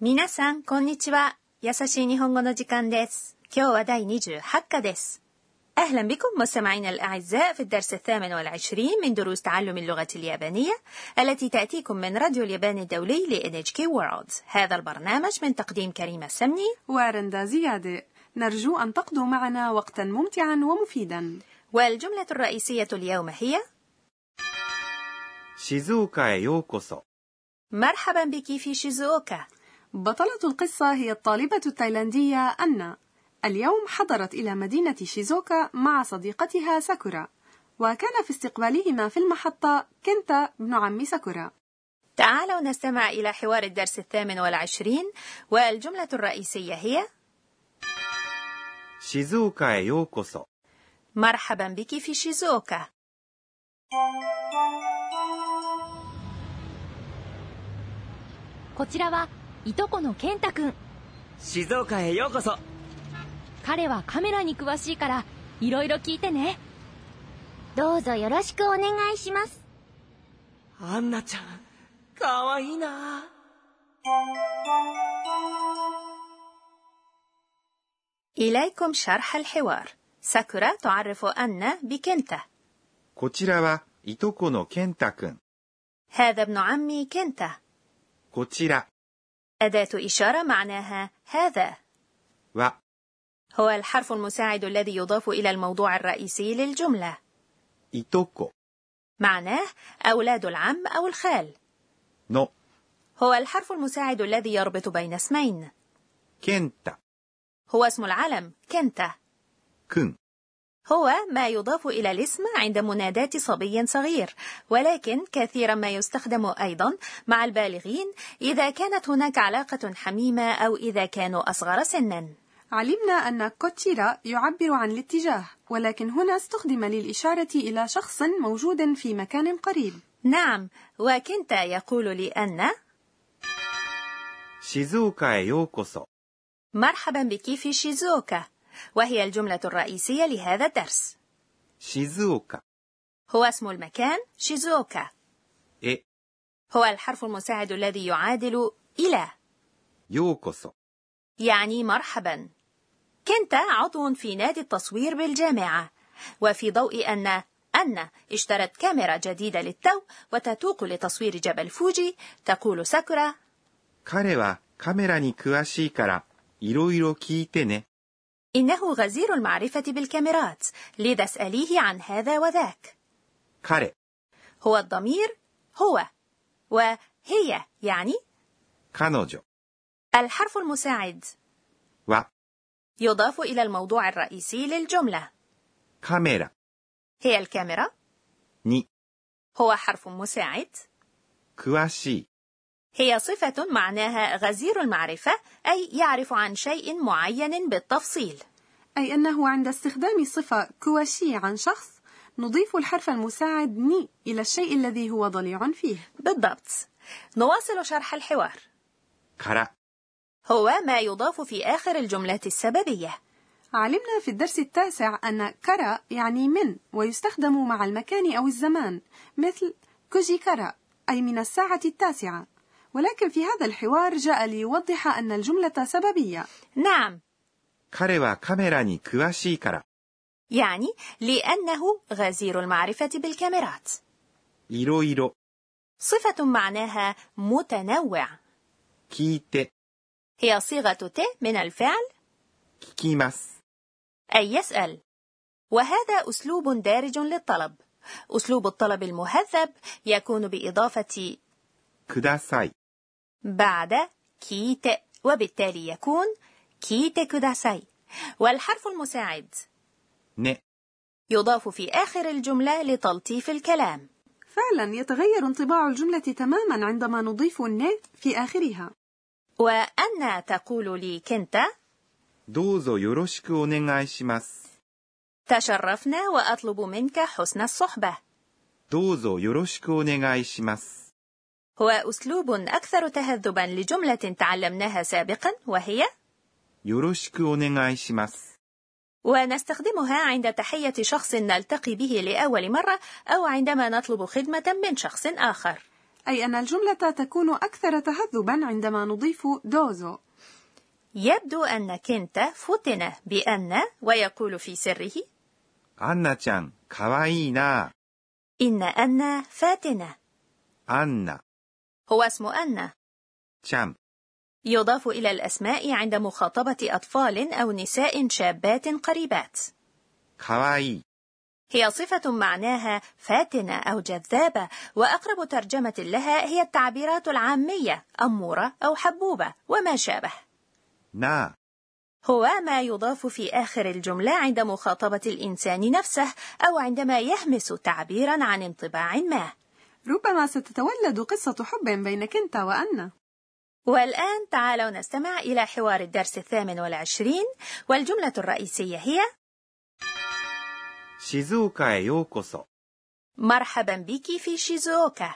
皆さん、こんにちは。優しい日本語の時間です。今日は第28課です。أهلا بكم مستمعينا الأعزاء في الدرس 28 من دروس تعلم اللغة اليابانية التي تأتيكم من راديو اليابان الدولي ل NHK World. هذا البرنامج من تقديم كريمة السمني ورندا زيادة. نرجو أن تقضوا معنا وقتا ممتعا ومفيدا. والجملة الرئيسية اليوم هي 静岡へようこそ. مرحبا بك في شيزوكا. بطلة القصة هي الطالبة التايلاندية أنا. اليوم حضرت إلى مدينة شيزوكا مع صديقتها ساكورا، وكان في استقبالهما في المحطة كنتا ابن عم ساكورا. تعالوا نستمع إلى حوار الدرس 28 والجملة الرئيسية هي 静岡へようこそ. مرحبا بك في شيزوكا. こちらはいとこの健太くん。 静岡へようこそ。 彼はカメラに詳しいからいろいろ聞いてね。 どうぞよろしくお願いします。 アンナちゃん、かわいいな。 إليكم شرح الحوار. ساكورا تعرف أن بكنتا. こちらはいとこの健太くん. هذا ابن عمي كنتا. こちら أداة إشارة معناها هذا. は هو الحرف المساعد الذي يضاف إلى الموضوع الرئيسي للجملة. いとこ معناه أولاد العم أو الخال. の هو الحرف المساعد الذي يربط بين اسمين. 健太 هو اسم العلم كنتا. くん هو ما يضاف إلى الاسم عند مناداة صبي صغير، ولكن كثيرا ما يستخدم أيضا مع البالغين إذا كانت هناك علاقة حميمة أو إذا كانوا أصغر سنا. علمنا أن كوتشيرا يعبر عن الاتجاه، ولكن هنا استخدم للإشارة إلى شخص موجود في مكان قريب. نعم، وكنتا يقول لأن 静岡へようこそ. مرحبا بك في شيزوكا، وهي الجملة الرئيسية لهذا الدرس. 静岡 هو اسم المكان شيزوكا. へ هو الحرف المساعد الذي يعادل إلى. ようこそ يعني مرحبا. كنتا عضو في نادي التصوير بالجامعة، وفي ضوء أن اشترت كاميرا جديدة للتو وتتوق لتصوير جبل فوجي، تقول ساكورا 彼はカメラに詳しいからいろいろ聞いてね. إنه غزير المعرفة بالكاميرات، لذا اسأليه عن هذا وذاك. 彼 هو الضمير هو، وهي يعني 彼女 الحرف المساعد は يضاف إلى الموضوع الرئيسي للجملة. カメラ هي الكاميرا. に هو حرف مساعد. 詳しい هي صفة معناها غزير المعرفة، أي يعرف عن شيء معين بالتفصيل. أي أنه عند استخدام صفة كواشي عن شخص نضيف الحرف المساعد ني إلى الشيء الذي هو ضليع فيه. بالضبط. نواصل شرح الحوار. から هو ما يضاف في آخر الجملة السببية. علمنا في الدرس التاسع أن كرا يعني من، ويستخدم مع المكان أو الزمان، مثل كوجي كرا أي من الساعة 9. ولكن في هذا الحوار جاء ليوضح أن الجملة سببية. نعم. 彼はカメラに詳しいから يعني لأنه غزير المعرفة بالكاميرات. いろいろ صفة معناها متنوع. 聞いて هي صيغة ت من الفعل 聞きます أي يسأل، وهذا أسلوب دارج للطلب. أسلوب الطلب المهذب يكون بإضافة ください بعد كيت، وبالتالي يكون كيت كوداساي. والحرف المساعد ね يضاف في آخر الجملة لتلطيف الكلام. فعلا يتغير انطباع الجملة تماما عندما نضيف الن في آخرها. وأنا تقول لي كنت どうぞよろしくお願いします. تشرفنا وأطلب منك حسن الصحبة. どうぞよろしくお願いします. هو أسلوب أكثر تهذبا لجملة تعلمناها سابقا، وهي よろしくお願いします. ونستخدمها عند تحية شخص نلتقي به لأول مرة أو عندما نطلب خدمة من شخص آخر. أي أن الجملة تكون أكثر تهذبا عندما نضيف دوزو. يبدو أن كنتا فتن بأن ويقول في سره アンナちゃん、かわいいな。 إن أن فاتنة. アンナ、 هو اسم أن ちゃん、 يضاف إلى الأسماء عند مخاطبة أطفال أو نساء شابات قريبات. かわいい。 هي صفة معناها فاتنة أو جذابة، وأقرب ترجمة لها هي التعبيرات العامية أمورة أو حبوبة وما شابه. なあ、 هو ما يضاف في آخر الجملة عند مخاطبة الإنسان نفسه أو عندما يهمس تعبيرا عن انطباع ما. ربما ستتولد قصة حب بين كنتا وأن. والآن تعالوا نستمع إلى حوار الدرس 28، والجملة الرئيسية هي 静岡へようこそ。 مرحبا بك في شيزوكا.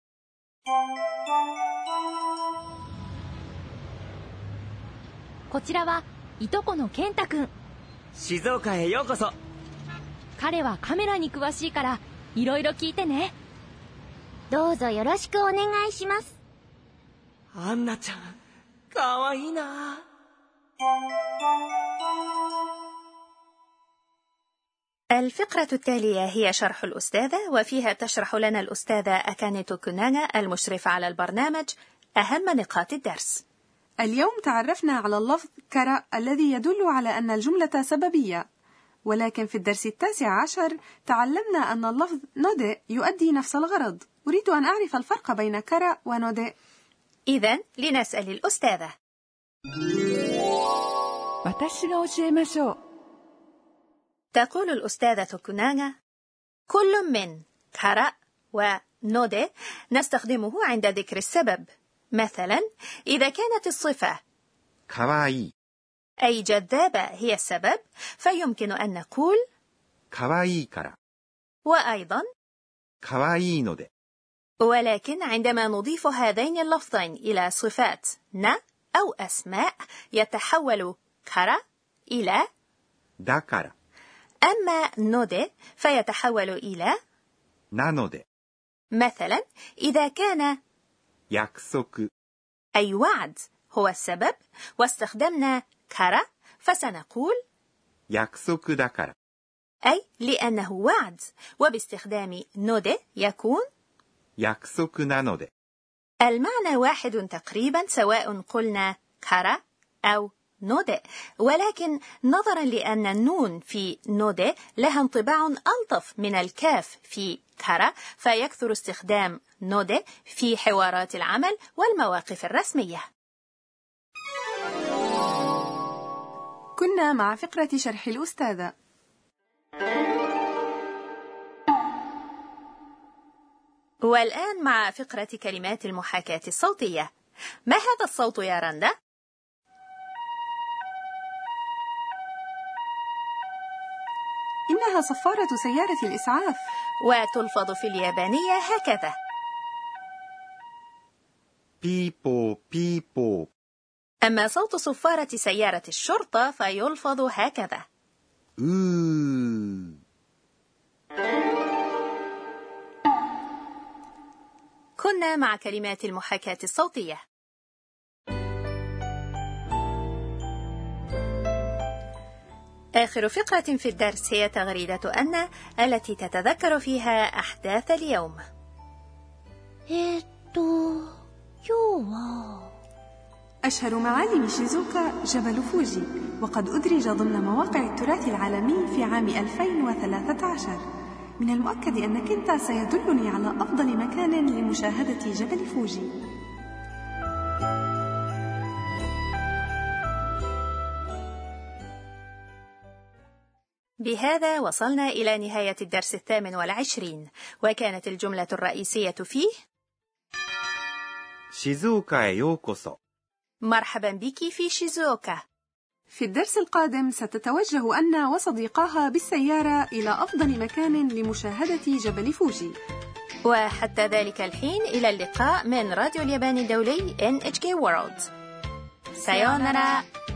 こちらはいとこの健太くん。 静岡へようこそ。 彼はカメラに詳しいからいろいろ聞いてね。 どうぞよろしくお願いします。 アンナちゃん、かわいいな。 الفقرة التالية هي شرح الأستاذة، وفيها تشرح لنا الأستاذة أكاني توكوناغا المشرفة على البرنامج أهم نقاط الدرس. اليوم تعرفنا على اللفظ كرا الذي يدل على أن الجملة سببية، ولكن في الدرس 19 تعلمنا أن اللفظ نودي يؤدي نفس الغرض. أريد أن أعرف الفرق بين كرا ونودي. إذن لنسأل الأستاذة. 私が教えましょう。 تقول الأستاذة توكوناغا: كل من كارا ونودي نستخدمه عند ذكر السبب. مثلا إذا كانت الصفة かわいい。 أي جذابة هي السبب، فيمكن أن نقول かわいいから。 وأيضا かわいいので。 ولكن عندما نضيف هذين اللفظين إلى صفات نا أو أسماء يتحول كارا إلى だから。 أما نودي فيتحول إلى なので。 مثلا إذا كان 約束。 أي وعد هو السبب واستخدمنا كارا فسنقول 約束だから。 أي لأنه وعد، وباستخدام نودي يكون 約束なので。 المعنى واحد تقريبا سواء قلنا كارا أو نودي، ولكن نظرا لأن النون في نودي لها انطباع ألطف من الكاف في كارا فيكثر استخدام نودي في حوارات العمل والمواقف الرسمية. كنا مع فقرة شرح الأستاذة. والآن مع فقرة كلمات المحاكاة الصوتية. ما هذا الصوت يا رندا؟ إنها صفارة سيارة الإسعاف، وتلفظ في اليابانية هكذا: ピーポーピーポー。 أما صوت صفارة سيارة الشرطة فيلفظ هكذا: うー。 كنا مع كلمات المحاكاة الصوتية. آخر فقرة في الدرس هي تغريدة أن التي تتذكر فيها أحداث اليوم. 今日は أشهر معالم شيزوكا جبل فوجي، وقد أدرج ضمن مواقع التراث العالمي في عام 2013. من المؤكد أن كنتا سيدلني على أفضل مكان لمشاهدة جبل فوجي. بهذا وصلنا إلى نهاية الدرس 28، وكانت الجملة الرئيسية فيه 静岡へようこそ。 مرحبا بك في شيزوكا. في الدرس القادم ستتوجه أنا وصديقاها بالسيارة إلى أفضل مكان لمشاهدة جبل فوجي. وحتى ذلك الحين إلى اللقاء من راديو اليابان الدولي NHK World. سايونارا.